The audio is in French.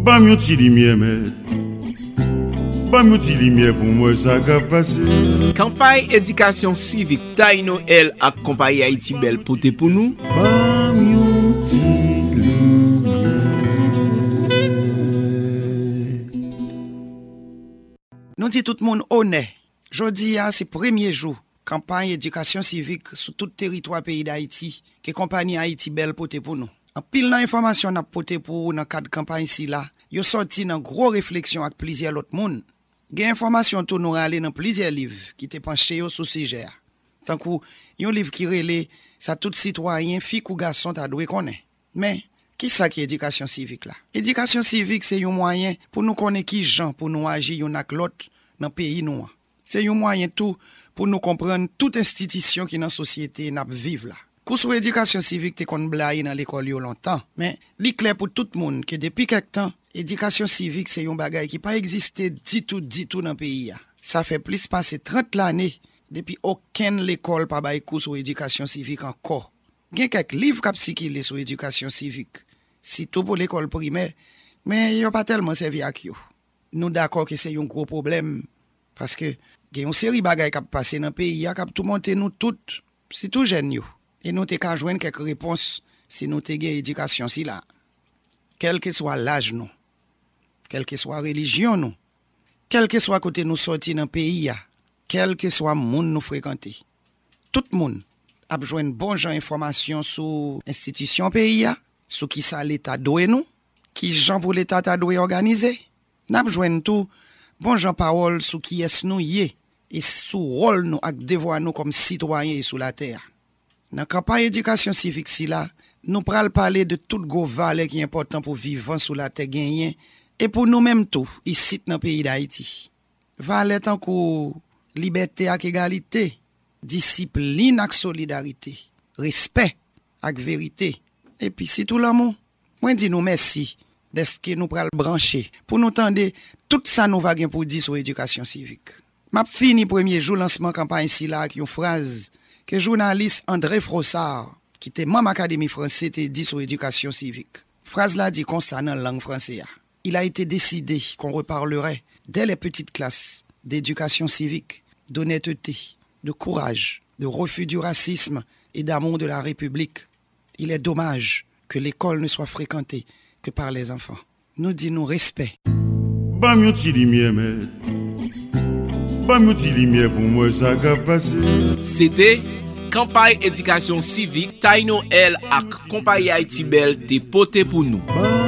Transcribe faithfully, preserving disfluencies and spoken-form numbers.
Bam yon ti lumière mais bam yon ti lumière pour moi ça ka passé. Campagne éducation civique Taille Noël ak compagnie Haïti Belle pote pour nous. Bam yon ti lumière. Nous dit tout le monde honnête. Jodi a c'est premier jour campagne éducation civique sur tout territoire pays d'Haïti que compagnie Haïti Belle pote pour nous. En pile d'informations n'a pote pour dans cadre campagne si là, yo sorti dans gros réflexion avec plusieurs autres monde. Gen information tout nous aller dans plusieurs livres qui te penché au sous sujet. Tant que yon livre qui relé ça tout citoyen fille ou garçon t'a doit connaître. Mais qui ça qui éducation civique là? Éducation civique c'est un moyen pour nous connaître qui gens pour nous agir yon ak l'autre dans pays nous. C'est un moyen tout pour nous comprendre toute institution qui dans société n'a vivre là. Cours sur éducation civique te kon blaye dans l'école yo longtemps, mais li clair pour tout le monde que depuis quelque temps, éducation civique c'est un bagay qui pas existé du tout du tout dans pays ya. Ça fait plus passer trente l'année depuis aucune l'école pas bay cours sur éducation civique encore. Gen quelques livres k'ap sikile sur éducation civique, surtout pour l'école primaire, mais yo pas tellement servi ak yo. Nous d'accord que c'est un gros problème parce que gen une série bagay k'ap passer dans pays ya k'ap tout monter nous toutes, c'est tout jeune yo. Et nous te ka joindre quelques réponses si nous te gen éducation si là. Quel que soit l'âge nous, quelle que soit religion nous, quel que soit côté nous sorti dans pays ya, quel que soit monde nous fréquenter. Tout monde a besoin de bon genre information sur institution pays ya, sur qui ça l'état doit nous, qui gens pour l'état ta doit organiser. N'a besoin tout bon genre parole sur qui est nous yé et sur rôle nous ak devoir nous comme citoyens sur la terre. Dans campagne éducation civique si là, nous pral parler de toute gros valeur qui est important pour vivre sur la terre gagner et pour nous mêmes tout ici dans le pays d'Haïti. Valeur tant que liberté ak égalité, discipline ak solidarité, respect ak vérité et puis si tout l'amour. Moi dis nous merci d'est-ce que nous pral brancher pour nous tendre tout ça nous va gain pour dire sur éducation civique. M'a fini premier jour lancement campagne si là avec une phrase que journaliste André Frossard, qui était membre Académie française, te dit sur éducation civique. Phrase là dit concernant la langue française. Il a été décidé qu'on reparlerait dès les petites classes d'éducation civique, d'honnêteté, de courage, de refus du racisme et d'amour de la République. Il est dommage que l'école ne soit fréquentée que par les enfants. Nous disons respect. Bam yon ti lumière mais bam yon ti lumière pour moi ça ka passé. C'était campagne éducation civique Taille Noël ak compagnie Haïti Belle te pote pour nous.